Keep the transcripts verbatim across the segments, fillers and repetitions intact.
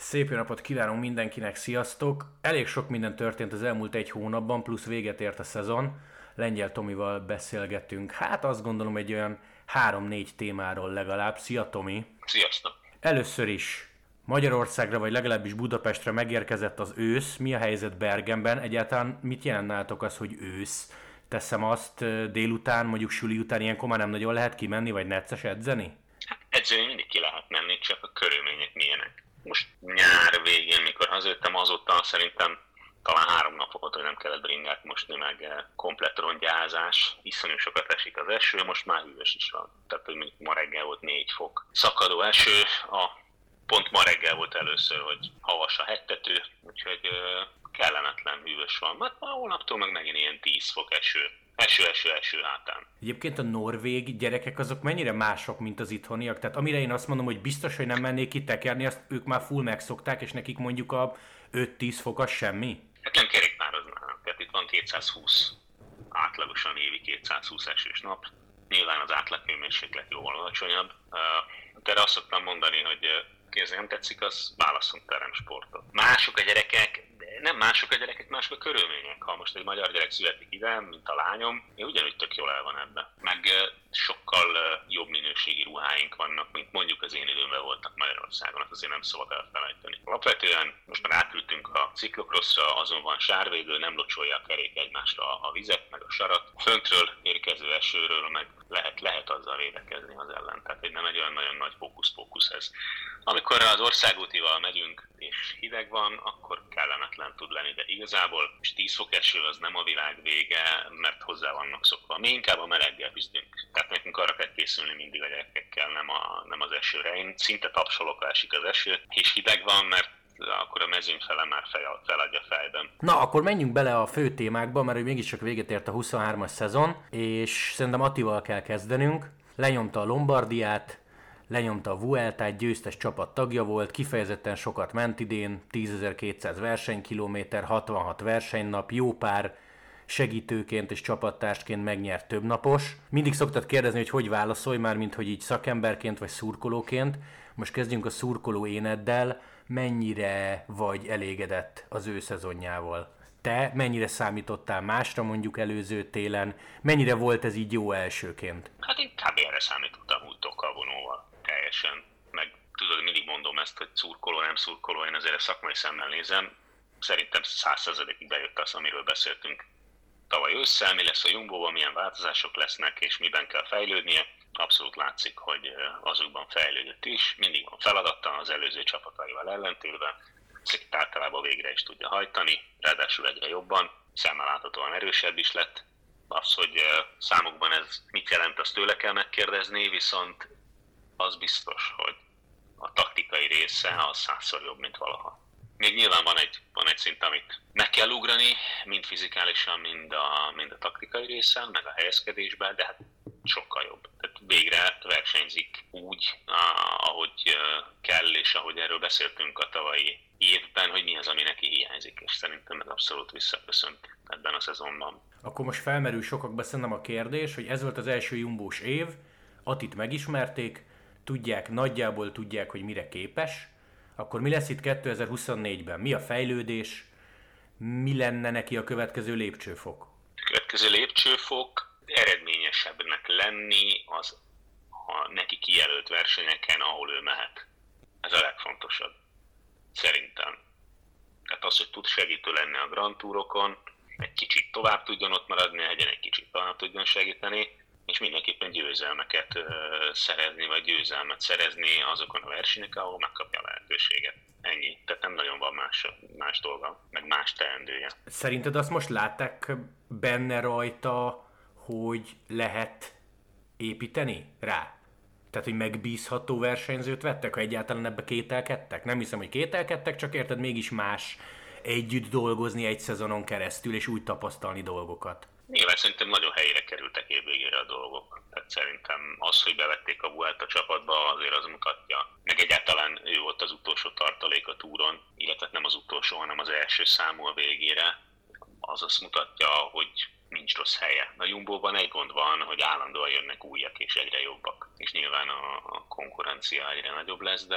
Szép jó napot kívánunk mindenkinek, sziasztok! Elég sok minden történt az elmúlt egy hónapban, plusz véget ért a szezon. Lengyel Tomival beszélgetünk, hát azt gondolom egy olyan három-négy témáról legalább. Szia Tomi! Sziasztok! Először is Magyarországra, vagy legalábbis Budapestre megérkezett az ősz. Mi a helyzet Bergenben? Egyáltalán mit jelent nálatok az, hogy ősz? Teszem azt, délután, mondjuk suli után ilyenkor már nem nagyon lehet kimenni, vagy necces edzeni? Hát edzeni mindig ki lehet menni, csak a körülmények milyenek. Most nyár végén, mikor hazajöttem, azóta szerintem talán három nap volt, hogy nem kellett bringát mosni, meg komplett rongyázás. Iszonyú sokat esik az eső, most már hűvös is van. Tehát, hogy ma reggel volt négy fok. Szakadó eső, a, pont ma reggel volt először, hogy havas a hegytető, úgyhogy kellemetlen hűvös van. Mert ma holnaptól meg megint ilyen tíz fok eső. Eső, eső, eső hátán. Egyébként a norvég gyerekek azok mennyire mások, mint az itthoniak? Tehát amire én azt mondom, hogy biztos, hogy nem mennék ki tekerni, azt ők már full megszokták, és nekik mondjuk a öt-tíz fok az semmi? Hát nem kerékpároznának. Tehát itt van kétszázhúsz, átlagosan évi kétszázhúsz esős nap. Nyilván az átlaghőmérséklet jóval alacsonyabb. De azt szoktam mondani, hogy kézzel nem tetszik, az válasszunk teremsportot. Mások a gyerekek, de nem mások a gyerekek, mások a körülmények. Ha most egy magyar gyerek születik ide, mint a lányom, én ugyanúgy tök jól el van ebben. Meg sokkal jobb minőségi ruháink vannak, mint mondjuk az én időmben voltak Magyarországon, azt azért nem szabad elfelejteni. Alapvetően most már átültünk a ciklokrosszra, azon van sárvédő, nem locsolja a kerék egymásra a vizet, meg a sarat. Föntről érkező esőről meg lehet, lehet azzal védekezni az ellen. Tehát nem egy olyan nagyon nagy fókusz-fókusz ez. Amikor az országútival megyünk és hideg van, akkor kellemetlen tud lenni, de igazából és tíz fok eső az nem a világ vége, mert hozzá vannak szokva. Mi inkább a meleggel küzdünk. Tehát nekünk arra kell készülni mindig a gyerekekkel, nem, a, nem az esőre. Én szinte tapsolok, ha esik az eső, és hideg van, mert akkor a mezőny fele már fel, feladja fejben. Na, akkor menjünk bele a fő témákba, mert mégiscsak véget ért a huszonhármas szezon, és szerintem Attival kell kezdenünk. Lenyomta a Lombardiát, lenyomta a Vueltát, győztes csapat tagja volt, kifejezetten sokat ment idén, tízezer-kétszáz versenykilométer, hatvanhat versenynap, jó pár segítőként és csapattársként megnyert több napos. Mindig szoktad kérdezni, hogy hogy válaszolj már, mint hogy így szakemberként vagy szurkolóként. Most kezdjünk a szurkoló éneddel. Mennyire vagy elégedett az ő szezonjával? Te mennyire számítottál másra mondjuk előző télen? Mennyire volt ez így jó elsőként? Hát én kb. Erre számítottam úgy vonóval teljesen. Meg tudod, mindig mondom ezt, hogy szurkoló, nem szurkoló, én azért a szakmai szemmel nézem. Szerintem száz százalékig bejött az, amiről beszéltünk tavaly ősszel, mi lesz a Jumbóban, milyen változások lesznek, és miben kell fejlődnie. Abszolút látszik, hogy azokban fejlődött is, mindig van feladata az előző csapataival ellentétben, ezeket általában végre is tudja hajtani, ráadásul egyre jobban, szemmel láthatóan erősebb is lett. Az, hogy számokban ez mit jelent, azt tőle kell megkérdezni, viszont az biztos, hogy a taktikai része az százszor jobb, mint valaha. Még nyilván van egy, van egy szint, amit meg kell ugrani, mind fizikálisan, mind a, mind a taktikai részen, meg a helyezkedésben, de hát sokkal jobb. Tehát végre versenyzik úgy, ahogy kell, és ahogy erről beszéltünk a tavalyi évben, hogy mi az, ami neki hiányzik, és szerintem ez abszolút visszaköszönt ebben a szezonban. Akkor most felmerül sokakban szerintem a kérdés, hogy ez volt az első jumbós év, Attit megismerték, tudják, nagyjából tudják, hogy mire képes, akkor mi lesz itt kétezer-huszonnégyben? Mi a fejlődés? Mi lenne neki a következő lépcsőfok? A következő lépcsőfok eredményesebbnek lenni az a neki kijelölt versenyeken, ahol ő mehet. Ez a legfontosabb. Szerintem. Tehát az, hogy tud segítő lenni a Grand Tourokon, egy kicsit tovább tudjon ott maradni, a hegyen egy kicsit tovább tudjon segíteni, és mindenképpen győzelmeket uh, szerezni, vagy győzelmet szerezni azokon a versenyeken, ahol megkapja a lehetőséget. Ennyi. Tehát nem nagyon van más, más dolga, meg más teendője. Szerinted azt most látták benne rajta, hogy lehet építeni rá? Tehát, hogy megbízható versenyzőt vettek, ha egyáltalán ebbe kételkedtek? Nem hiszem, hogy kételkedtek, csak érted, mégis más együtt dolgozni egy szezonon keresztül, és úgy tapasztalni dolgokat. Nyilván szerintem nagyon helyére kerültek évvégére a dolgok. Tehát szerintem az, hogy bevették a Vuelta csapatba, azért az mutatja. Meg egyáltalán ő volt az utolsó tartalék a túron, illetve nem az utolsó, hanem az első számú a végére. Az azt mutatja, hogy nincs rossz helye. A Jumbóban egy gond van, hogy állandóan jönnek újak és egyre jobbak. És nyilván a, a konkurencia egyre nagyobb lesz, de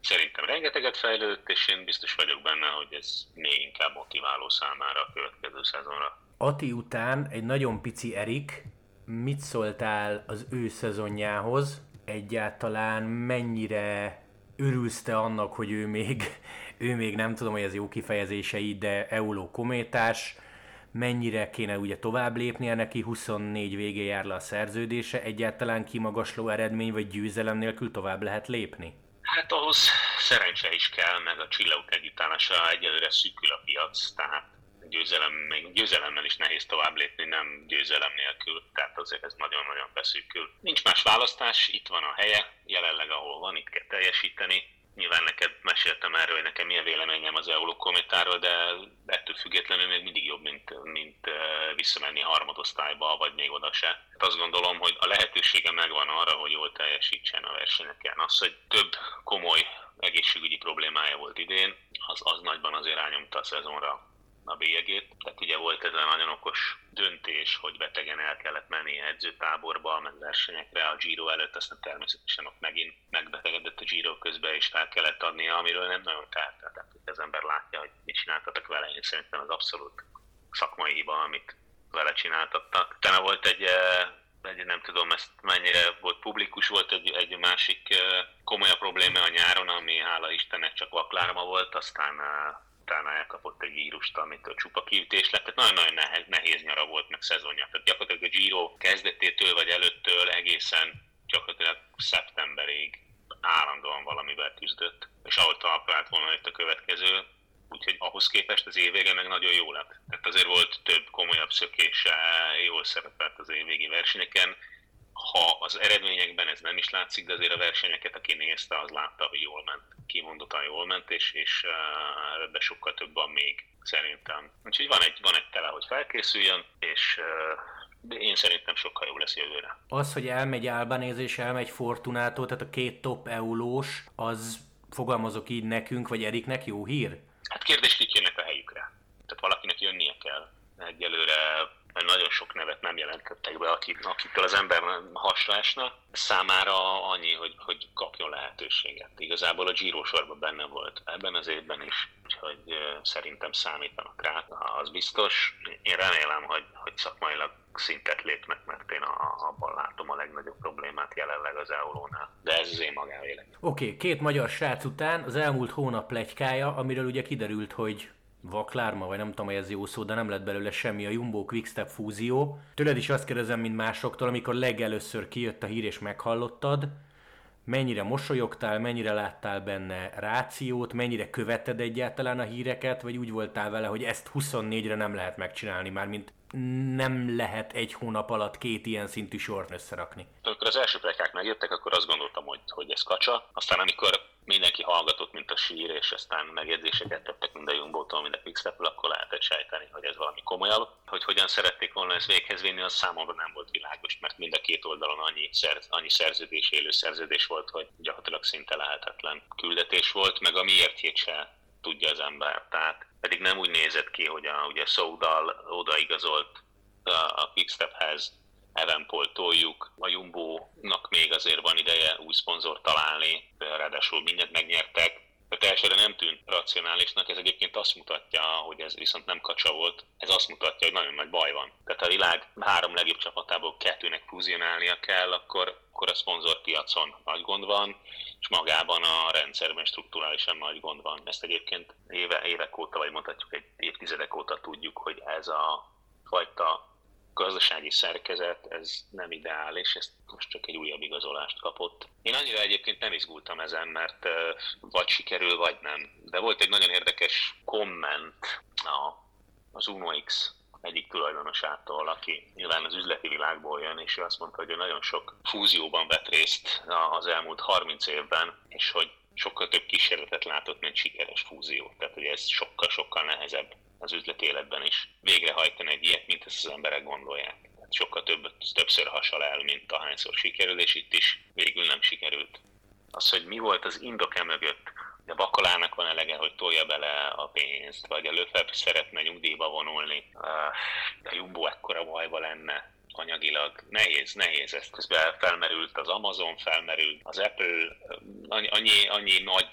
Szerintem rengeteget fejlődött, és én biztos vagyok benne, hogy ez még inkább motiváló számára a következő szezonra. Ati után egy nagyon pici Erik, mit szóltál az ő szezonjához? Egyáltalán mennyire örülsz te annak, hogy ő még, ő még nem tudom, hogy ez jó kifejezései, de Euló kométás, mennyire kéne ugye tovább lépnie neki, huszonnégy végén jár le a szerződése, egyáltalán kimagasló eredmény vagy győzelem nélkül tovább lehet lépni? Hát ahhoz szerencse is kell, meg a csillagok együttállása egyelőre szűkül a piac, tehát győzelem, még győzelemmel is nehéz tovább lépni, nem győzelem nélkül, tehát azért ez nagyon-nagyon beszűkül. Nincs más választás, itt van a helye, jelenleg ahol van, itt kell teljesíteni. Nyilván neked meséltem erről, hogy nekem milyen véleményem az Euló kométáról, de ettől függetlenül még mindig jobb, mint, mint visszamenni harmadosztályba, vagy még oda se. Azt gondolom, hogy a lehetősége megvan arra, hogy jól teljesítsen a versenyeken. Az, hogy több komoly egészségügyi problémája volt idén, az, az nagyban azért rányomta a szezonra a bélyegét. Tehát ugye volt ez a nagyon okos döntés, hogy betegen el kellett menni edzőtáborba, meg versenyekre a Giro előtt, aztán természetesen ott megint megbetegedett a Giro közben, és fel kellett adnia, amiről nem nagyon tehet. Tehát az ember látja, hogy mit csináltatok vele, én szerintem az abszolút szakmai hiba, amit vele csináltattak. Utána volt egy, egy nem tudom ezt mennyire volt publikus, volt egy, egy másik komolyabb probléma a nyáron, ami hála Istennek csak vaklárma volt, aztán utána elkapott egy vírust, amitől csupa kiütés lett. Tehát nagyon-nagyon nehéz, nehéz nyara volt, meg szezonja. Tehát gyakorlatilag a Giro kezdetétől vagy előttől egészen gyakorlatilag szeptemberig állandóan valamivel küzdött. És ahogy talpra állt volna itt a következő, úgyhogy ahhoz képest az évvége meg nagyon jó lett. Tehát azért volt több komolyabb szökése, jól szerepelt az évvégi versenyeken. Ha az eredményekben ez nem is látszik, de azért a versenyeket, aki nézte, az látta, hogy jól ment. Kimondottan jól ment, és, és uh, ebbe sokkal több van még, szerintem. Úgyhogy van egy, van egy tele, hogy felkészüljön, és uh, én szerintem sokkal jobb lesz jövőre. Az, hogy elmegy Albanese és elmegy Fortunato, tehát a két top eulós, az fogalmazok így nekünk, vagy Eriknek jó hír? Hát kérdés, kik jönnek a helyükre. Tehát valakinek jönnie kell. Egyelőre nagyon sok nevet nem jelentettek be, akit, akitől az ember hasra esne. Számára annyi, hogy, hogy kapjon lehetőséget. Igazából a Giro sorban benne volt ebben az évben is, úgyhogy szerintem számítanak rá, az biztos. Én remélem, hogy, hogy szakmailag szintet lépnek, mert én a, abban látom a legnagyobb problémát jelenleg az Eulónál. De ez az én magávélemény. Oké, okay, két magyar srác után az elmúlt hónap pletykája, amiről ugye kiderült, hogy vaklárma, vagy nem tudom, hogy ez jó szó, de nem lett belőle semmi, a Jumbo Quickstep fúzió. Tőled is azt kérdezem, mint másoktól, amikor legelőször kijött a hír és meghallottad, mennyire mosolyogtál, mennyire láttál benne rációt, mennyire követted egyáltalán a híreket, vagy úgy voltál vele, hogy ezt huszonnégyre nem lehet megcsinálni, mármint nem lehet egy hónap alatt két ilyen szintű sort összerakni. Amikor az első pletykák megjöttek, akkor azt gondoltam, hogy, hogy ez kacsa. Aztán amikor mindenki hallgatott, mint a sír, és aztán megjegyzéseket tettek mind a Jumbo-tól, mind a Quickstep-ről, akkor lehetett sejteni, hogy ez valami komolyabb. Hogy hogyan szerették volna ezt véghez vinni, az számomra nem volt világos, mert mind a két oldalon annyi, szerz, annyi szerződés, élő szerződés volt, hogy gyakorlatilag szinte lehetetlen küldetés volt, meg a miértjét se tudja az ember. Tehát pedig nem úgy nézett ki, hogy a, ugye Soudal odaigazolt a Quickstephez, Evenepoel toljuk, a Jumbo-nak még azért van ideje új szponzor találni, ráadásul mindent megnyertek. Tehát elsőre nem tűnt racionálisnak, ez egyébként azt mutatja, hogy ez viszont nem kacsa volt, ez azt mutatja, hogy nagyon nagy baj van. Tehát a világ három legjobb csapatából kettőnek fúzionálnia kell, akkor, akkor a szponzorpiacon nagy gond van, és magában a rendszerben strukturálisan nagy gond van. Ezt egyébként éve, évek óta, vagy mondhatjuk egy évtizedek óta tudjuk, hogy ez a fajta gazdasági szerkezet, ez nem ideális, ezt most csak egy újabb igazolást kapott. Én annyira egyébként nem izgultam ezen, mert vagy sikerül, vagy nem. De volt egy nagyon érdekes komment az Uno X egyik tulajdonosától, aki nyilván az üzleti világból jön, és ő azt mondta, hogy ő nagyon sok fúzióban vett részt az elmúlt harminc évben, és hogy sokkal több kísérletet látott, mint sikeres fúzió. Tehát, hogy ez sokkal-sokkal nehezebb az üzleti életben is végrehajtani egy ilyet, mint ezt az emberek gondolják. Tehát sokkal több, többször hasal el, mint ahányszor sikerül, és itt is végül nem sikerült. Az, hogy mi volt az indok mögött, a Bakalának van elege, hogy tolja bele a pénzt, vagy a Lefebvre szeretne nyugdíjba vonulni, a Jumbo ekkora bajba lenne anyagilag. Nehéz, nehéz. Ezt közben felmerült az Amazon, felmerült az Apple, annyi, annyi, annyi nagy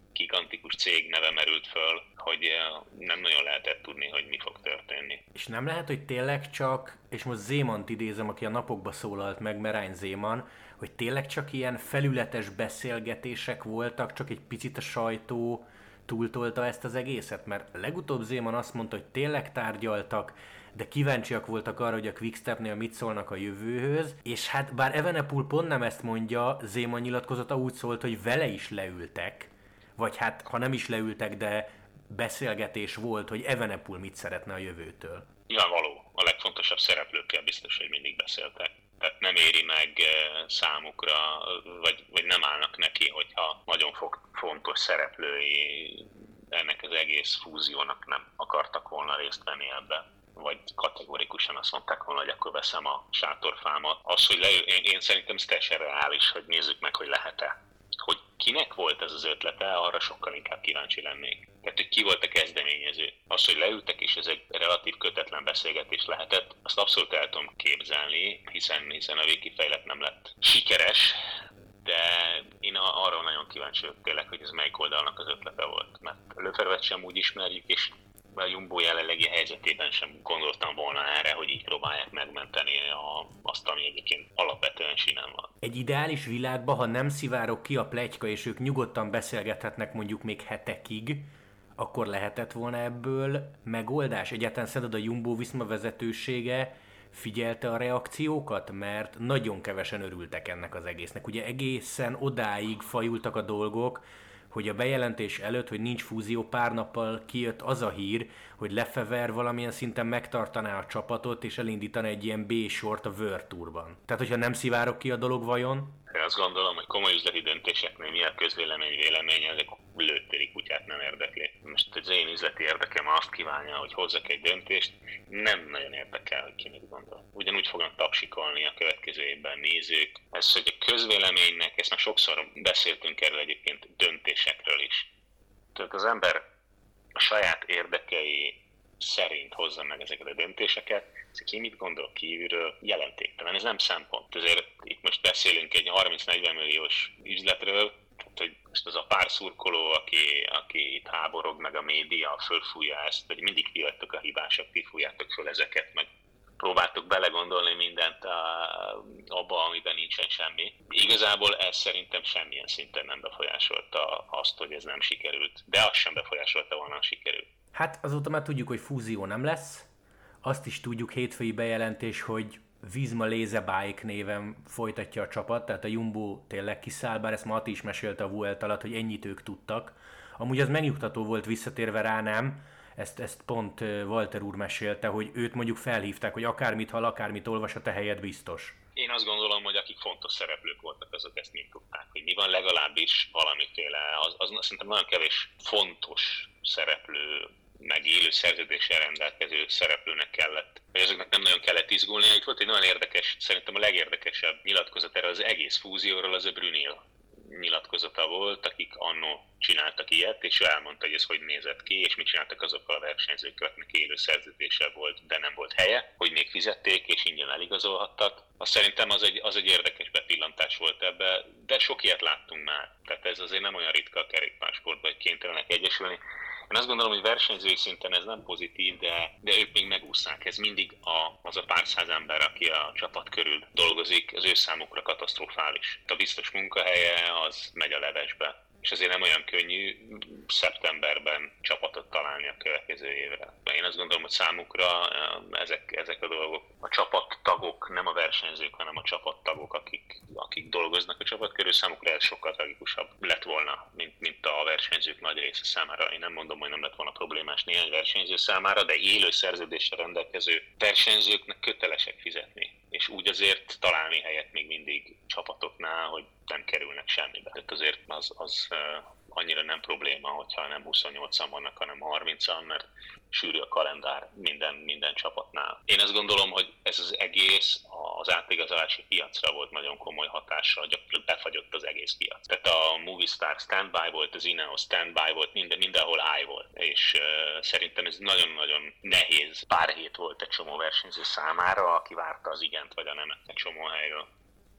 gigantikus cég neve merült föl, hogy nem nagyon lehetett tudni, hogy mi fog történni. És nem lehet, hogy tényleg csak, és most Zémant idézem, aki a napokban szólalt meg, Merány Zéman, hogy tényleg csak ilyen felületes beszélgetések voltak, csak egy picit a sajtó túltolta ezt az egészet? Mert legutóbb Zéman azt mondta, hogy tényleg tárgyaltak, de kíváncsiak voltak arra, hogy a Quickstepnél mit szólnak a jövőhöz, és hát bár Evenepoel pont nem ezt mondja, Zéman nyilatkozata úgy szólt, hogy vele is leültek, vagy hát ha nem is leültek, de beszélgetés volt, hogy Evenepoel mit szeretne a jövőtől. Nyilvánvaló, a legfontosabb szereplőkkel biztos, hogy mindig beszéltek. Tehát nem éri meg számukra, vagy, vagy nem állnak neki, hogyha nagyon fontos szereplői ennek az egész fúziónak nem akartak volna részt venni ebbe, vagy kategorikusan azt mondták volna, hogy akkor veszem a sátorfámat. Az, hogy leül, én, én szerintem ez teljesen reális, hogy nézzük meg, hogy lehet-e. Hogy kinek volt ez az ötlete, arra sokkal inkább kíváncsi lennék. Tehát, hogy ki volt a kezdeményező. Az, hogy leültek és ez egy relatív kötetlen beszélgetés lehetett, azt abszolút el tudom képzelni, hiszen, hiszen a végkifejlet nem lett sikeres, de én arra nagyon kíváncsi vagyok tényleg, hogy ez melyik oldalnak az ötlete volt. Mert Lefevre-t sem úgy ismerjük, és a Jumbo jelenlegi helyzetében sem gondoltam volna erre, hogy így próbálják megmenteni a, azt, ami egyébként alapvetően sinem van. Egy ideális világban, ha nem szivárog ki a pletyka, és ők nyugodtan beszélgethetnek mondjuk még hetekig, akkor lehetett volna ebből megoldás? Egyáltalán szerinted a Jumbo-Visma vezetősége figyelte a reakciókat? Mert nagyon kevesen örültek ennek az egésznek. Ugye egészen odáig fajultak a dolgok, hogy a bejelentés előtt, hogy nincs fúzió, pár nappal kijött az a hír, hogy Lefevre valamilyen szinten megtartaná a csapatot, és elindítaná egy ilyen B-sort a World Tourban. Tehát, hogyha nem szivárog ki a dolog vajon? Én azt gondolom, hogy komoly üzleti döntéseknél mi a közvélemény véleménye, ezek lőttéri kutyát nem érdekli. Most az én üzleti érdekem azt kívánja, hogy hozzak egy döntést, nem nagyon érdekel, hogy ki mit gondol. Ugyanúgy fognak tapsikolni a következő évben nézők. Ez, hogy a közvéleménynek, ezt már sokszor beszéltünk erről egyébként döntésekről is. Tehát az ember a saját érdekei szerint hozza meg ezeket a döntéseket, ez ki mit gondol kívülről, jelentéktelen, ez nem szempont. Ezért itt most beszélünk egy harminc-negyven milliós üzletről, tehát, hogy most az a pár szurkoló, aki, aki itt háborog, meg a média fölfújja ezt, hogy mindig ti vagytok a hibásak, ti fújjátok föl ezeket, meg próbáltok belegondolni mindent a, abba, amiben nincsen semmi. Igazából ez szerintem semmilyen szinten nem befolyásolta azt, hogy ez nem sikerült, de azt sem befolyásolta volna, ha sikerült. Hát azóta már tudjuk, hogy fúzió nem lesz. Azt is tudjuk, hétfői bejelentés, hogy Visma Lease Bike néven folytatja a csapat, tehát a Jumbo tényleg kiszáll, bár ezt ma Ati is mesélte a Vuelta alatt, hogy ennyit ők tudtak. Amúgy az megnyugtató volt visszatérve rá, nem? Ezt, ezt pont Walter úr mesélte, hogy őt mondjuk felhívták, hogy akármit hall, akármit olvas, a te helyed biztos. Én azt gondolom, hogy akik fontos szereplők voltak, azok ezt mind tudták, hogy mi van, legalábbis valamiféle, az, az szerintem nagyon kevés fontos szereplő, meg élő szerződéssel rendelkező szereplőnek kellett, vagy azoknak nem nagyon kellett izgulnia. Itt volt egy nagyon érdekes, szerintem a legérdekesebb nyilatkozat erre az egész fúzióról, az a Brunel nyilatkozata volt, akik annó csináltak ilyet, és ő elmondta, hogy ez hogy nézett ki, és mit csináltak azokkal a versenyzőkkel, akiknek élő szerződése volt, de nem volt helye, hogy még fizették, és ingyen eligazolhattak. Azt szerintem az egy, az egy érdekes bepillantás volt ebbe, de sok ilyet láttunk már. Tehát ez azért nem olyan ritka a kerékpársportban, hogy kénytelenek egyesülni. Én azt gondolom, hogy versenyzői szinten ez nem pozitív, de, de ők még megúszszák. Ez mindig a, az a pár száz ember, aki a csapat körül dolgozik, az ő számukra katasztrofális. A biztos munkahelye az megy a levesbe. És azért nem olyan könnyű szeptemberben csapatot találni a következő évre. Én azt gondolom, hogy számukra ezek, ezek a dolgok, a csapattagok, nem a versenyzők, hanem a csapattagok, akik, akik dolgoznak a csapat körül, számukra ez sokkal tragikusabb lett volna, mint, mint a versenyzők nagy része számára. Én nem mondom, hogy nem lett volna problémás néhány versenyző számára, de élő szerződéssel rendelkező versenyzőknek kötelesek fizetni. És úgy azért találni helyet még mindig csapatoknál, hogy nem kerülnek semmibe. Tehát azért az, az annyira nem probléma, hogyha nem huszonnyolcan vannak, hanem harmincan, mert sűrű a kalendár minden, minden csapatnál. Én azt gondolom, hogy ez az egész az átigazolási piacra volt nagyon komoly hatással, gyakorlatilag befagyott az egész piac. Tehát a Movistar standby volt, az Ineos standby volt, minden, mindenhol high volt. És uh, szerintem ez nagyon-nagyon nehéz pár hét volt egy csomó versenyző számára, aki várta az igent vagy a nemet egy csomó helyről.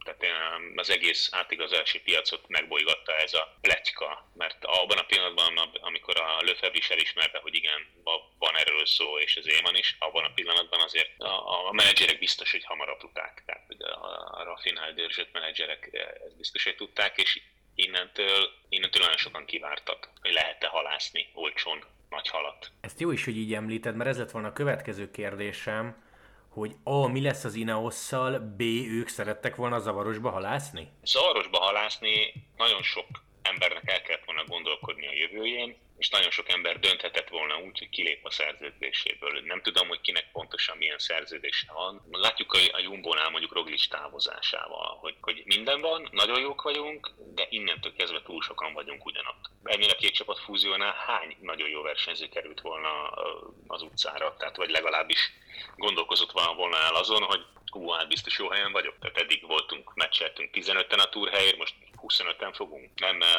Tehát az egész átigazolási piacot megbolygatta ez a pletyka, mert abban a pillanatban, amikor a Lefebvre is elismerte, hogy igen, van erről szó, és az Éman is, abban a pillanatban azért a, a menedzserek biztos, hogy hamarabb tudták. Tehát a, a raffinált dörzsött menedzserek ezt biztos, hogy tudták, és innentől, innentől nagyon sokan kivártak, hogy lehet-e halászni olcsón nagy halat. Ezt jó is, hogy így említed, mert ez lett volna a következő kérdésem, hogy A, mi lesz az Ineosszal, B, ők szerettek volna zavarosba halászni? Zavarosba halászni nagyon sok embernek el kellett volna gondolkodni a jövőjén, és nagyon sok ember dönthetett volna úgy, hogy kilép a szerződéséből. Nem tudom, hogy kinek pontosan milyen szerződése van. Látjuk a Jumbónál mondjuk Roglic távozásával, hogy, hogy minden van, nagyon jók vagyunk, de innentől kezdve túl sokan vagyunk ugyanott. Ennél a két csapat fúziónál hány nagyon jó versenyző került volna az utcára, tehát vagy legalábbis gondolkozott volna el azon, hogy hú, hát biztos jó helyen vagyok. Tehát eddig voltunk, meccseltünk tizenöten a túrhelyért, most huszonöten fogunk. Nem uh,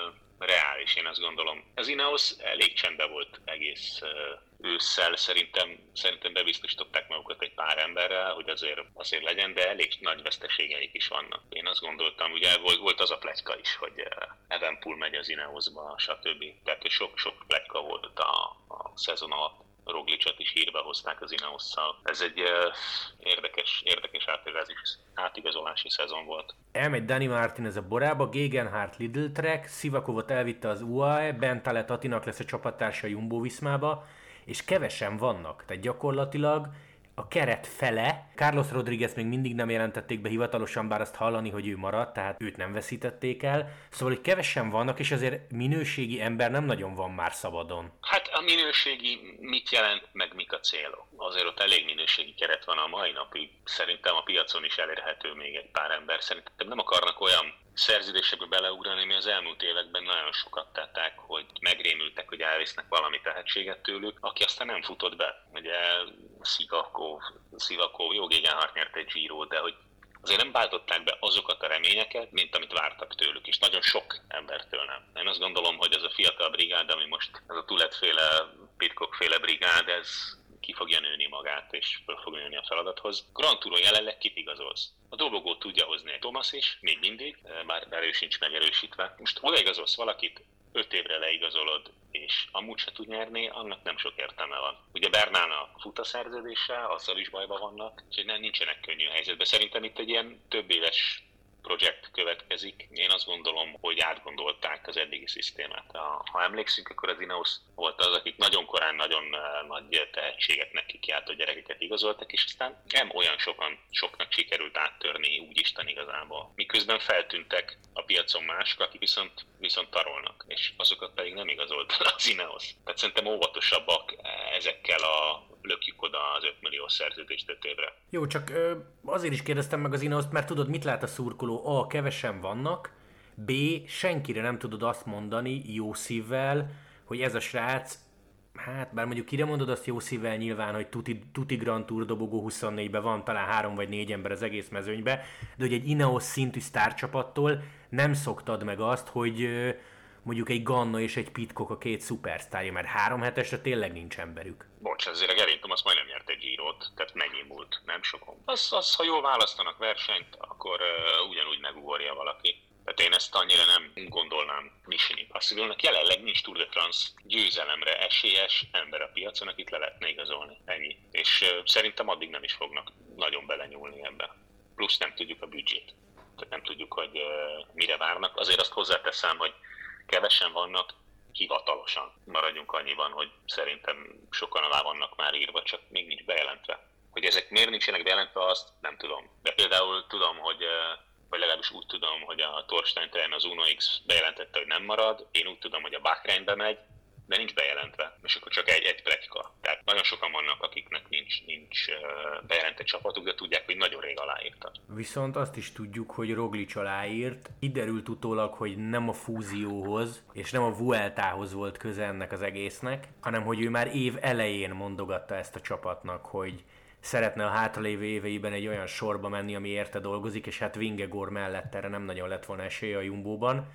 reális, én azt gondolom. Az Ineos elég csendben volt egész uh, ősszel, szerintem, szerintem bebiztosították magukat egy pár emberrel, hogy azért, azért legyen, de elég nagy veszteségeik is vannak. Én azt gondoltam, ugye volt, volt az a pletyka is, hogy uh, Evenepoel megy az Ineosba, stb. Tehát sok-sok pletyka volt a, a szezon alatt. Roglicot is hírbe hozták az Ineosszal. Ez egy uh, érdekes, érdekes átigazolási szezon volt. Elmegy Dani Martinez a Borába, Gegenhardt Lidl Trek, Sivakovot elvitte az u á e, Bentalet Attinak lesz a csapattársa a Jumbo-Viszmába, és kevesen vannak, tehát gyakorlatilag a keret fele. Carlos Rodriguez még mindig nem jelentették be hivatalosan, bár azt hallani, hogy ő maradt, tehát őt nem veszítették el. Szóval, hogy kevesen vannak, és azért minőségi ember nem nagyon van már szabadon. Hát a minőségi mit jelent, meg mik a célok? Azért ott elég minőségi keret van a mai napig. Szerintem a piacon is elérhető még egy pár ember. Szerintem nem akarnak olyan szerződésekbe beleugrani, mi az elmúlt években nagyon sokat tettek, hogy megrémültek, hogy elvisznek valami tehetséget tőlük, aki aztán nem futott be. Ugye Sivakov, Sivakov jó, Gegenhardt nyert egy Giro, de hogy azért nem váltották be azokat a reményeket, mint amit vártak tőlük, és nagyon sok embertől nem. Én azt gondolom, hogy ez a fiatal brigád, ami most ez a Tulet-féle, Pidcock-féle brigád, ez ki fogja nőni magát, és fel fog nőni a feladathoz. Grand Touron jelenleg kit igazolsz? A dobogót tudja hozni egy Thomas is, még mindig, bár ő sincs megerősítve. Most odaigazolsz valakit, öt évre leigazolod, és amúgy se tud nyerni, annak nem sok értelme van. Ugye Bernán a futaszerződéssel, azzal is bajban vannak, úgyhogy nem nincsenek könnyű helyzetben. Szerintem itt egy ilyen több éves projekt következik. Én azt gondolom, hogy átgondolták az eddigi szisztémát. Ha emlékszünk, akkor az Ineos volt az, akik nagyon korán nagyon nagy tehetséget neki kiáltott gyerekeket igazoltak, és aztán nem olyan sokan, soknak sikerült áttörni úgy Isten igazából. Miközben feltűntek a piacon mások, akik viszont, viszont tarolnak, és azokat pedig nem igazolt az Ineos. Tehát szerintem óvatosabbak ezekkel a lökjük oda az öt millió szerződést öt évre. Jó, csak ö, azért is kérdeztem meg az Ineoszt, mert tudod, mit lát a szurkoló? A, kevesen vannak, B, senkire nem tudod azt mondani jó szívvel, hogy ez a srác, hát bár mondjuk kire mondod azt jó szívvel nyilván, hogy tuti, tuti Grand Tour dobogó huszonnégyben van talán három vagy négy ember az egész mezőnybe, de hogy egy Ineos szintű sztárcsapattól nem szoktad meg azt, hogy ö, mondjuk egy Ganna és egy Pidcock a két szupersztárja, mert három hetesre tényleg nincs emberük. Bocs, azért a Geraint Thomas majdnem nyert egy Girot, tehát mennyi múlt, nem sokon. Az, az, ha jól választanak versenyt, akkor uh, ugyanúgy megugorja valaki. Tehát én ezt annyira nem gondolnám Mission Impossible-nak. Jelenleg nincs Tour de France győzelemre esélyes ember a piacon, akit le lehetne igazolni. Ennyi. És uh, szerintem addig nem is fognak nagyon belenyúlni ebbe. Plusz nem tudjuk a büdzsét. Tehát nem tudjuk, hogy uh, mire várnak. Azért azt hozzáteszem, hogy kevesen vannak, hivatalosan. Maradjunk annyiban, hogy szerintem sokan alá vannak már írva, csak még nincs bejelentve. Hogy ezek miért nincsenek bejelentve, azt nem tudom. De például tudom, hogy, vagy legalábbis úgy tudom, hogy a Thorstein Tejn az Uno X bejelentette, hogy nem marad, én úgy tudom, hogy a Bahreinbe megy, de nincs bejelentve, és akkor csak egy, egy pletyka. Tehát nagyon sokan vannak, akiknek nincs, nincs bejelentett csapatuk, de tudják, hogy nagyon rég aláírtak. Viszont azt is tudjuk, hogy Roglic aláírt. Kiderült utólag, hogy nem a fúzióhoz és nem a Vueltához volt köze ennek az egésznek, hanem hogy ő már év elején mondogatta ezt a csapatnak, hogy szeretne a hátralévő éveiben egy olyan sorba menni, ami érte dolgozik, és hát Vingegaard mellett erre nem nagyon lett volna esélye a Jumbóban.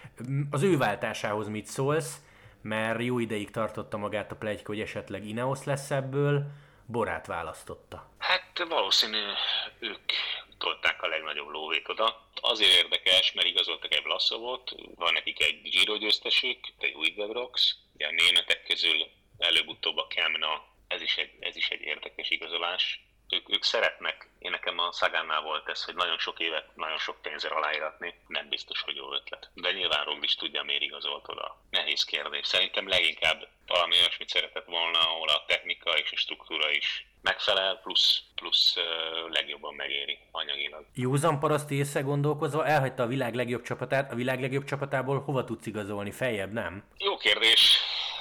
Az ő váltásához mit szólsz? Mert jó ideig tartotta magát a pletyka, hogy esetleg Ineos lesz ebből, Borát választotta. Hát valószínű ők tolták a legnagyobb lóvét oda. Azért érdekes, mert igazoltak egy Vlasovot, van nekik egy Giro győztesük, egy Uygavrox, ugye a németek közül előbb-utóbb a Kemna, ez is egy, ez is egy érdekes igazolás. Ők, ők szeretnek, én nekem a Sagannál volt ez, hogy nagyon sok évet, nagyon sok pénzzel aláíratni, nem biztos, hogy jó ötlet. De nyilván Roglic tudja, miért igazolt oda. Nehéz kérdés. Szerintem leginkább valami olyasmit szeretett volna, ahol a technika és a struktúra is megfelel, plusz, plusz uh, legjobban megéri anyagilag. Józan paraszti észre gondolkozva elhagyta a világ legjobb csapatát, a világ legjobb csapatából hova tudsz igazolni? Feljebb, nem? Jó kérdés.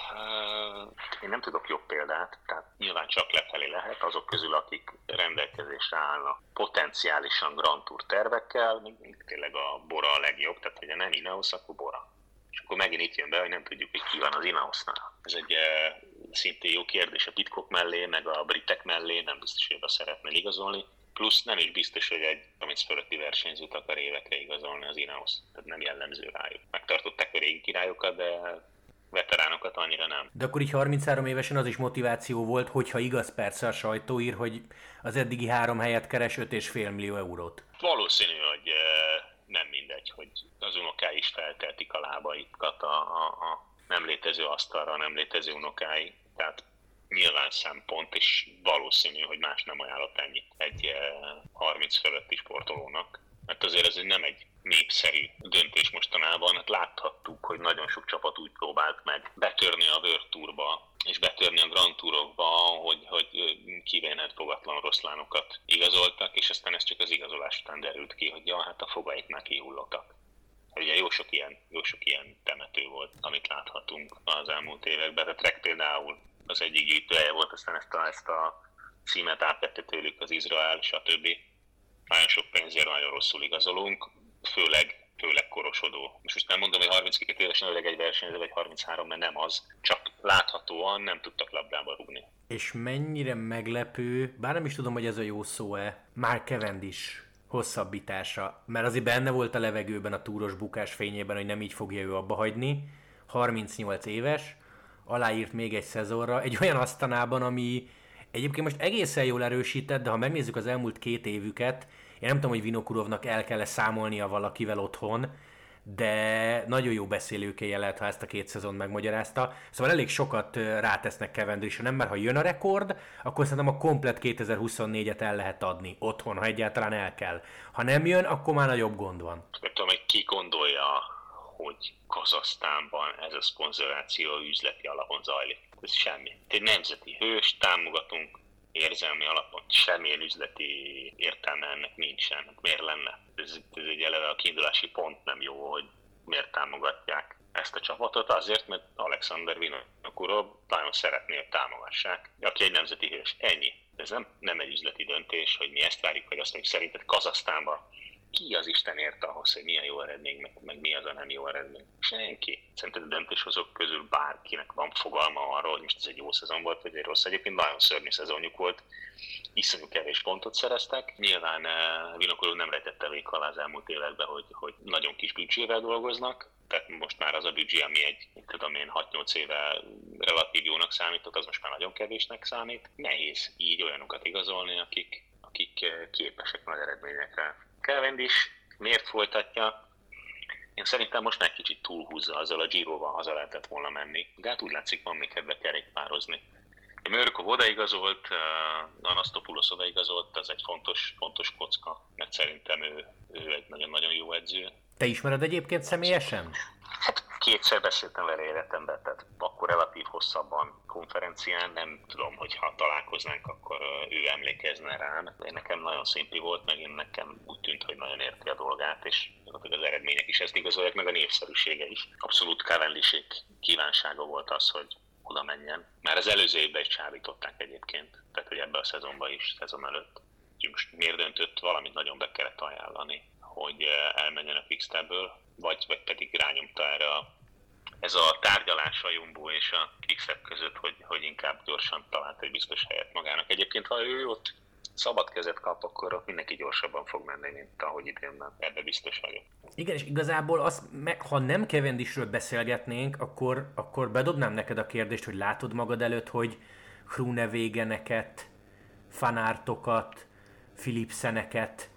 Uh, én nem tudok jobb példát, tehát nyilván csak lefelé lehet azok közül, akik rendelkezésre állnak potenciálisan Grand Tour tervekkel, mint tényleg a Bora a legjobb, tehát hogyha nem Ineos, akkor Bora. És akkor megint itt jön be, hogy nem tudjuk, hogy ki van az Ineosnál. Ez egy uh, szintén jó kérdés a Pidcock mellé, meg a britek mellé, nem biztos, hogy oda szeretnél igazolni. Plusz nem is biztos, hogy egy harminc fölötti versenyzőt akar évekre igazolni az Ineos. Tehát nem jellemző rájuk. Megtartották a régi királyokat, de veteránokat annyira nem. De akkor így harminchárom évesen az is motiváció volt, hogyha igaz persze a sajtó ír, hogy az eddigi három helyet keres öt egész öt millió eurót. Valószínű, hogy nem mindegy, hogy az unokái is felteltik a lábaikat a, a, a nem létező asztalra, a nem létező unokái. Tehát nyilván szempont, és valószínű, hogy más nem ajánlott ennyit egy harminc fölötti sportolónak. Mert azért ez nem egy népszerű döntés mostanában. Hát láthattuk, hogy nagyon sok csapat úgy próbált meg betörni a World Tourba és betörni a Grand Tourokba, hogy, hogy kivénet fogatlan oroszlánokat igazoltak, és aztán ez csak az igazolás után derült ki, hogy ja, hát a fogaiknál kihullottak. Ugye jó sok ilyen, jó sok ilyen temető volt, amit láthatunk az elmúlt években. A Trek például az egyik gyűjtőhelye volt, aztán ezt a, ezt a címet átvette tőlük az Izrael, stb. Nagyon sok pénzért nagyon rosszul igazolunk, főleg, főleg korosodó. Most, most nem mondom, hogy harminckét évesen öreg egy versenyző, vagy harminchárom, mert nem az, csak láthatóan nem tudtak labdába rúgni. És mennyire meglepő, bár nem is tudom, hogy ez a jó szó-e, Mark Cavendish hosszabbítása, mert azért benne volt a levegőben a túros bukás fényében, hogy nem így fogja ő abba hagyni, harmincnyolc éves, aláírt még egy szezonra, egy olyan Asztanában, ami egyébként most egészen jól erősített, de ha megnézzük az elmúlt két évüket, én nem tudom, hogy Vinokurovnak el kell számolnia valakivel otthon, de nagyon jó beszélőkéje lehet, ha ezt a két szezon megmagyarázta. Szóval elég sokat rátesznek Cavendishre, nem? Mert ha jön a rekord, akkor szerintem a komplet kétezer-huszonnégyet el lehet adni otthon, ha egyáltalán el kell. Ha nem jön, akkor már nagyobb gond van. Nem tudom, hogy ki gondolja, hogy Kazahsztánban ez a szponzoráció üzleti alapon zajlik. Ez semmi. Egy nemzeti hős, támogatunk érzelmi alapon. Semmilyen üzleti értelme ennek nincsen. Miért lenne? Ez, ez egy eleve a kiindulási pont nem jó, hogy miért támogatják ezt a csapatot. Azért, mert Alexander Vinokurov nagyon szeretné, hogy támogassák. Aki egy nemzeti hős. Ennyi. Ez nem, nem egy üzleti döntés, hogy mi ezt várjuk, vagy azt mondjuk szerinted Kazahsztánban ki az Isten érte ahhoz, hogy milyen jó eredmény, meg, meg mi az a nem jó eredmény? Senki. Szerintem a döntéshozók közül bárkinek van fogalma arról, hogy most ez egy jó szezon volt, vagy egy rossz. Egyébként nagyon szörnyű szezonjuk volt. Iszonyú kevés pontot szereztek. Nyilván uh, Vinokurov nem rejtette vék alá az elmúlt években, hogy, hogy nagyon kis büdzsével dolgoznak. Tehát most már az a büdzsé, ami egy, tudom én, hat-nyolc éve relatív jónak számított, az most már nagyon kevésnek számít. Nehéz így olyanokat igazolni, akik, akik képesek nagy eredményekre. Cavendish miért folytatja? Én szerintem most egy kicsit túlhúzza, azzal a Giroval haza lehetett volna menni, de hát úgy látszik, van még kedve kerékpározni. Mörkov odaigazolt, Anastopoulos odaigazolt, ez egy fontos, fontos kocka, mert szerintem ő, ő egy nagyon-nagyon jó edző. Te ismered egyébként személyesen? Hát kétszer beszéltem vele életemben, tehát akkor relatív hosszabban konferencián, nem tudom, hogy ha találkoznánk, akkor ő emlékezne rám. Én nekem nagyon szimpli volt, meg én nekem úgy tűnt, hogy nagyon érti a dolgát, és az eredmények is ezt igazolják, meg a népszerűsége is. Abszolút Cavendishig kívánsága volt az, hogy oda menjen. Már az előző évben is csábították egyébként, tehát hogy ebben a szezonban is, szezon előtt. Úgyhogy most miért döntött, valamit nagyon be kellett ajánlani, hogy elmenjen a Quickstepből, vagy, vagy pedig rányomta erre a, ez a tárgyalás a Jumbo és a Quickstep között, hogy, hogy inkább gyorsan talált egy biztos helyet magának. Egyébként, ha ő ott szabad kezet kap, akkor mindenki gyorsabban fog menni, mint ahogy idénben. Ebbe biztos vagyok. Igen, és igazából az, ha nem Cavendishről beszélgetnénk, akkor, akkor bedobnám neked a kérdést, hogy látod magad előtt, hogy Groenewegeneket, Van Aertokat, Philipseneket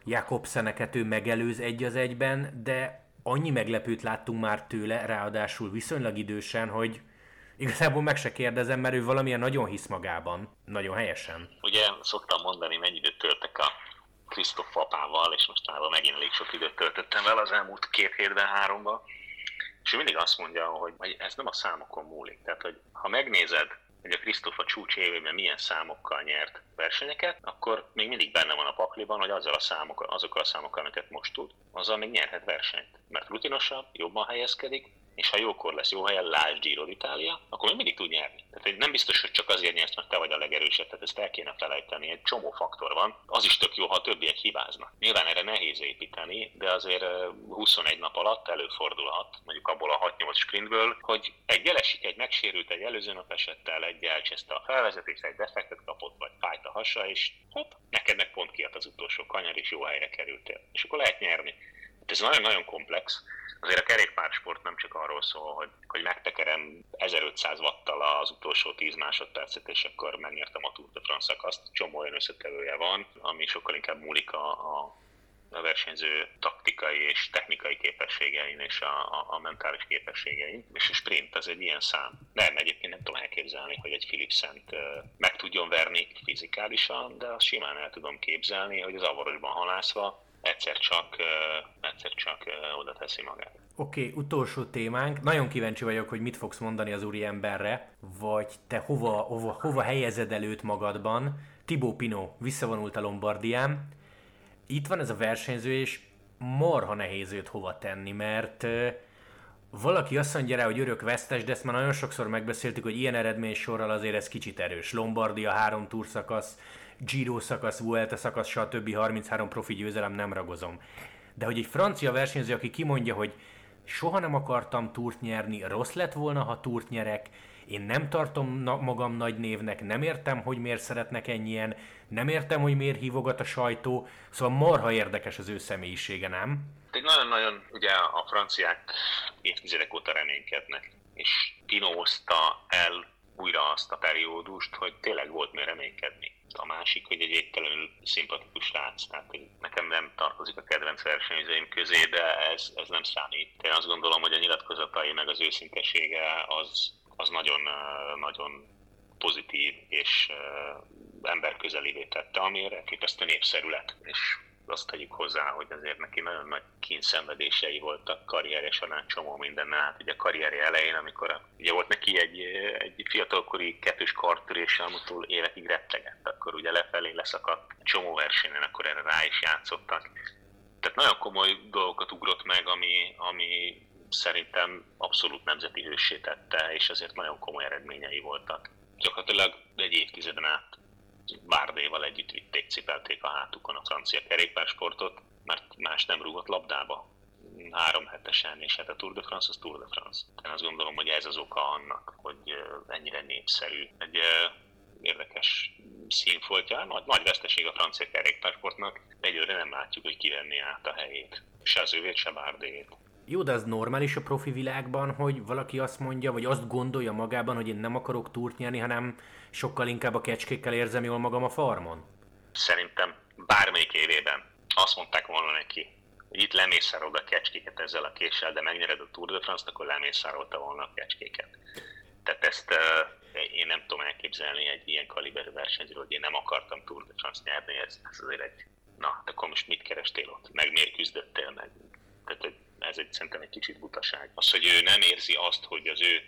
Jakobseneket ő megelőz egy az egyben, de annyi meglepőt láttunk már tőle, ráadásul viszonylag idősen, hogy igazából meg se kérdezem, mert ő valamilyen nagyon hisz magában, nagyon helyesen. Ugye szoktam mondani, mennyi időt töltek a Krisztof apával, és mostanában megint elég sok időt töltöttem vele az elmúlt két hétben, háromban. És ő mindig azt mondja, hogy ez nem a számokon múlik. Tehát, hogy ha megnézed, hogy a Krisztof a csúcs évében milyen számokkal nyert versenyeket, akkor még mindig benne van a pakliban, hogy azzal a számok, azokkal a számokkal, amiket most tud, azzal még nyerhet versenyt. Mert rutinosabb, jobban helyezkedik, és ha jókor lesz jó helyen, lásd Giro d'Italia, akkor még mindig tud nyerni. Tehát nem biztos, hogy csak azért nyersz, mert te vagy a legerősebb, tehát ezt el kéne felejteni. Egy csomó faktor van. Az is tök jó, ha a többiek hibáznak. Nyilván erre nehéz építeni, de azért huszonegy nap alatt előfordulhat, mondjuk abból a hat-nyolc sprintből, hogy egy elesik, egy megsérült, egy előző nap esettel, egy elcseszte a felvezetést, egy defektet kapott, vagy fájt a hasa, és hopp, neked meg pont kijött az utolsó kanyar, és jó helyre kerültél. És akkor lehet nyerni. Ez nagyon-nagyon komplex. Azért a kerékpársport nem csak arról szól, hogy, hogy megtekerem ezerötszáz watttal az utolsó tíz másodpercet, és akkor megnyertem a Tour de France szakaszt. Csomó olyan összetevője van, ami sokkal inkább múlik a, a, a versenyző taktikai és technikai képességein és a, a, a mentális képességein. És a sprint az egy ilyen szám. Nem, egyébként nem tudom elképzelni, hogy egy Philipsent meg tudjon verni fizikálisan, de azt simán el tudom képzelni, hogy az avarosban halászva egyszer csak, uh, egyszer csak uh, oda teszi magát. Oké, okay, utolsó témánk. Nagyon kíváncsi vagyok, hogy mit fogsz mondani az úriemberre, vagy te hova, hova, hova helyezed el őt magadban. Thibaut Pinot visszavonult a Lombardián. Itt van ez a versenyző, és marha nehéz őt hova tenni, mert uh, valaki azt mondja rá, hogy örök vesztes, de ezt már nagyon sokszor megbeszéltük, hogy ilyen eredménysorral azért ez kicsit erős. Lombardia, három túr szakasz, Giro szakasz, Vuelta szakasz, stb. harminchárom profi győzelem, nem ragozom. De hogy egy francia versenyző, aki kimondja, hogy soha nem akartam túrt nyerni, rossz lett volna, ha túrt nyerek, én nem tartom na- magam nagy névnek, nem értem, hogy miért szeretnek ennyien, nem értem, hogy miért hívogat a sajtó, szóval marha érdekes az ő személyisége, nem? Egy nagyon-nagyon, ugye a franciák évtizedek óta reménykednek, és Pinot hozta el újra azt a periódust, hogy tényleg volt miért reménykedni. A másik, hogy egy végtelenül szimpatikus srác, tehát nekem nem tartozik a kedvenc versenyzőim közé, de ez, ez nem számít. Én azt gondolom, hogy a nyilatkozatai meg az őszintesége az, az nagyon, nagyon pozitív és emberközelévé tette, amire képesztően népszerű lett. És azt tegyük hozzá, hogy azért neki nagyon nagy kínszenvedései voltak karrierje során, csomó mindennel. Hát ugye a karrierje elején, amikor ugye volt neki egy, egy fiatalkori kettős kartörése, amitől évekig rettegett, akkor ugye lefelé leszakadt csomó versenyen, akkor erre rá is játszottak. Tehát nagyon komoly dolgokat ugrott meg, ami, ami szerintem abszolút nemzeti hőssé tette, és azért nagyon komoly eredményei voltak. Gyakorlatilag egy évtizeden át Bárdéval együtt vitték, cipelték a hátukon a francia kerékpársportot, mert más nem rúgott labdába. Három hetesen, és hát a Tour de France az Tour de France. Én azt gondolom, hogy ez az oka annak, hogy ennyire népszerű. Egy érdekes színfoltja, nagy, nagy veszteség a francia kerékpársportnak, de egyőre nem látjuk, hogy kivenné át a helyét. Se az övét, se Bárdéjét. Jó, de az normális a profi világban, hogy valaki azt mondja, vagy azt gondolja magában, hogy én nem akarok túrt nyerni, hanem sokkal inkább a kecskékkel érzem jól magam a farmon? Szerintem bármelyik évében azt mondták volna neki, hogy itt lemészárolod a kecskéket ezzel a késsel, de megnyered a Tour de France-t, akkor lemészárolta volna a kecskéket. Tehát ezt uh, én nem tudom elképzelni egy ilyen kaliberű versenyzőről, hogy én nem akartam Tour de France nyerni, ez, ez azért egy... Na, akkor most mit kerestél ott? Meg miért küzdöttél meg? Tehát ez egy, szerintem egy kicsit butaság. Az, hogy ő nem érzi azt, hogy az ő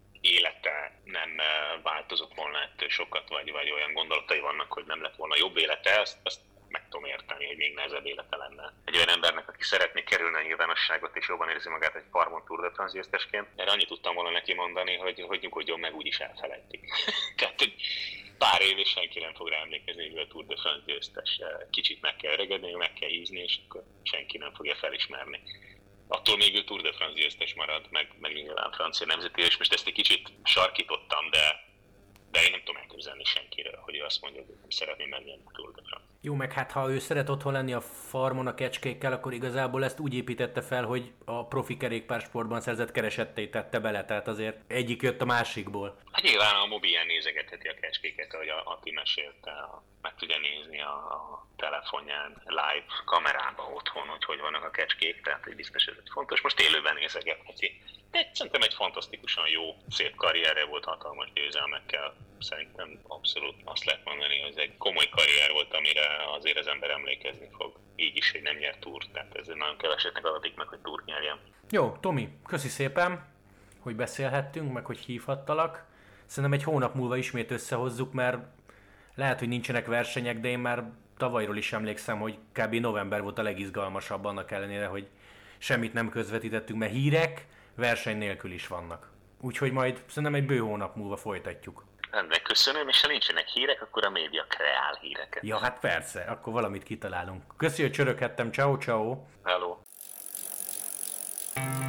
élete nem változott volna ettől sokat, vagy, vagy olyan gondolatai vannak, hogy nem lett volna jobb élete, azt, azt meg tudom érteni, hogy még nehezebb élete lenne. Egy olyan embernek, aki szeretné kerülni a nyilvánosságot, és jobban érzi magát egy farmon Tour de France győztesként, erre annyit tudtam volna neki mondani, hogy, hogy nyugodjon meg, úgyis elfelejtik. Tehát, hogy pár év és senki nem fog rá emlékezni, hogy a Tour de France győztes. Kicsit meg kell öregedni, meg kell hízni, és akkor senki nem fogja felismerni. Attól még ő Tour de France győztes marad, meg, meg nyilván francia nemzeti, és most ezt egy kicsit sarkítottam, de, de én nem tudom elképzelni senkiről, hogy ő azt mondja, hogy nem szeretném megnyerni a Tour de France. Jó, meg hát ha ő szeret otthon lenni a farmon a kecskékkel, akkor igazából ezt úgy építette fel, hogy a profi kerékpársportban szerzett keresettét tette bele, tehát azért egyik jött a másikból. Hát nyilván a mobilen nézegetheti a kecskéket, ahogy a Ati mesélte, a, meg tudja nézni a, a telefonján, live kamerában otthon, hogy hogy vannak a kecskék, tehát hogy biztos ez fontos. Most élőben nézegetheti. De szerintem egy fantasztikusan jó, szép karrierje volt, hatalmas győzelmekkel. Szerintem abszolút azt lehet mondani, hogy ez egy komoly karrier volt, amire azért az ember emlékezni fog. Így is, hogy nem nyert túrt, tehát ez nagyon kevesetnek adatik meg, hogy túrt nyerjen. Jó, Tomi, köszi szépen, hogy beszélhettünk, meg hogy hívhattalak. Szerintem egy hónap múlva ismét összehozzuk, mert lehet, hogy nincsenek versenyek, de én már tavalyról is emlékszem, hogy kb. November volt a legizgalmasabb, annak ellenére, hogy semmit nem közvetítettünk, mert hírek verseny nélkül is vannak. Úgyhogy majd szerintem egy bő hónap múlva folytatjuk. Rendben, köszönöm, és ha nincsenek hírek, akkor a média kreál híreket. Ja, hát persze, akkor valamit kitalálunk. Köszi, hogy csöröghettem, ciao ciao. Hello.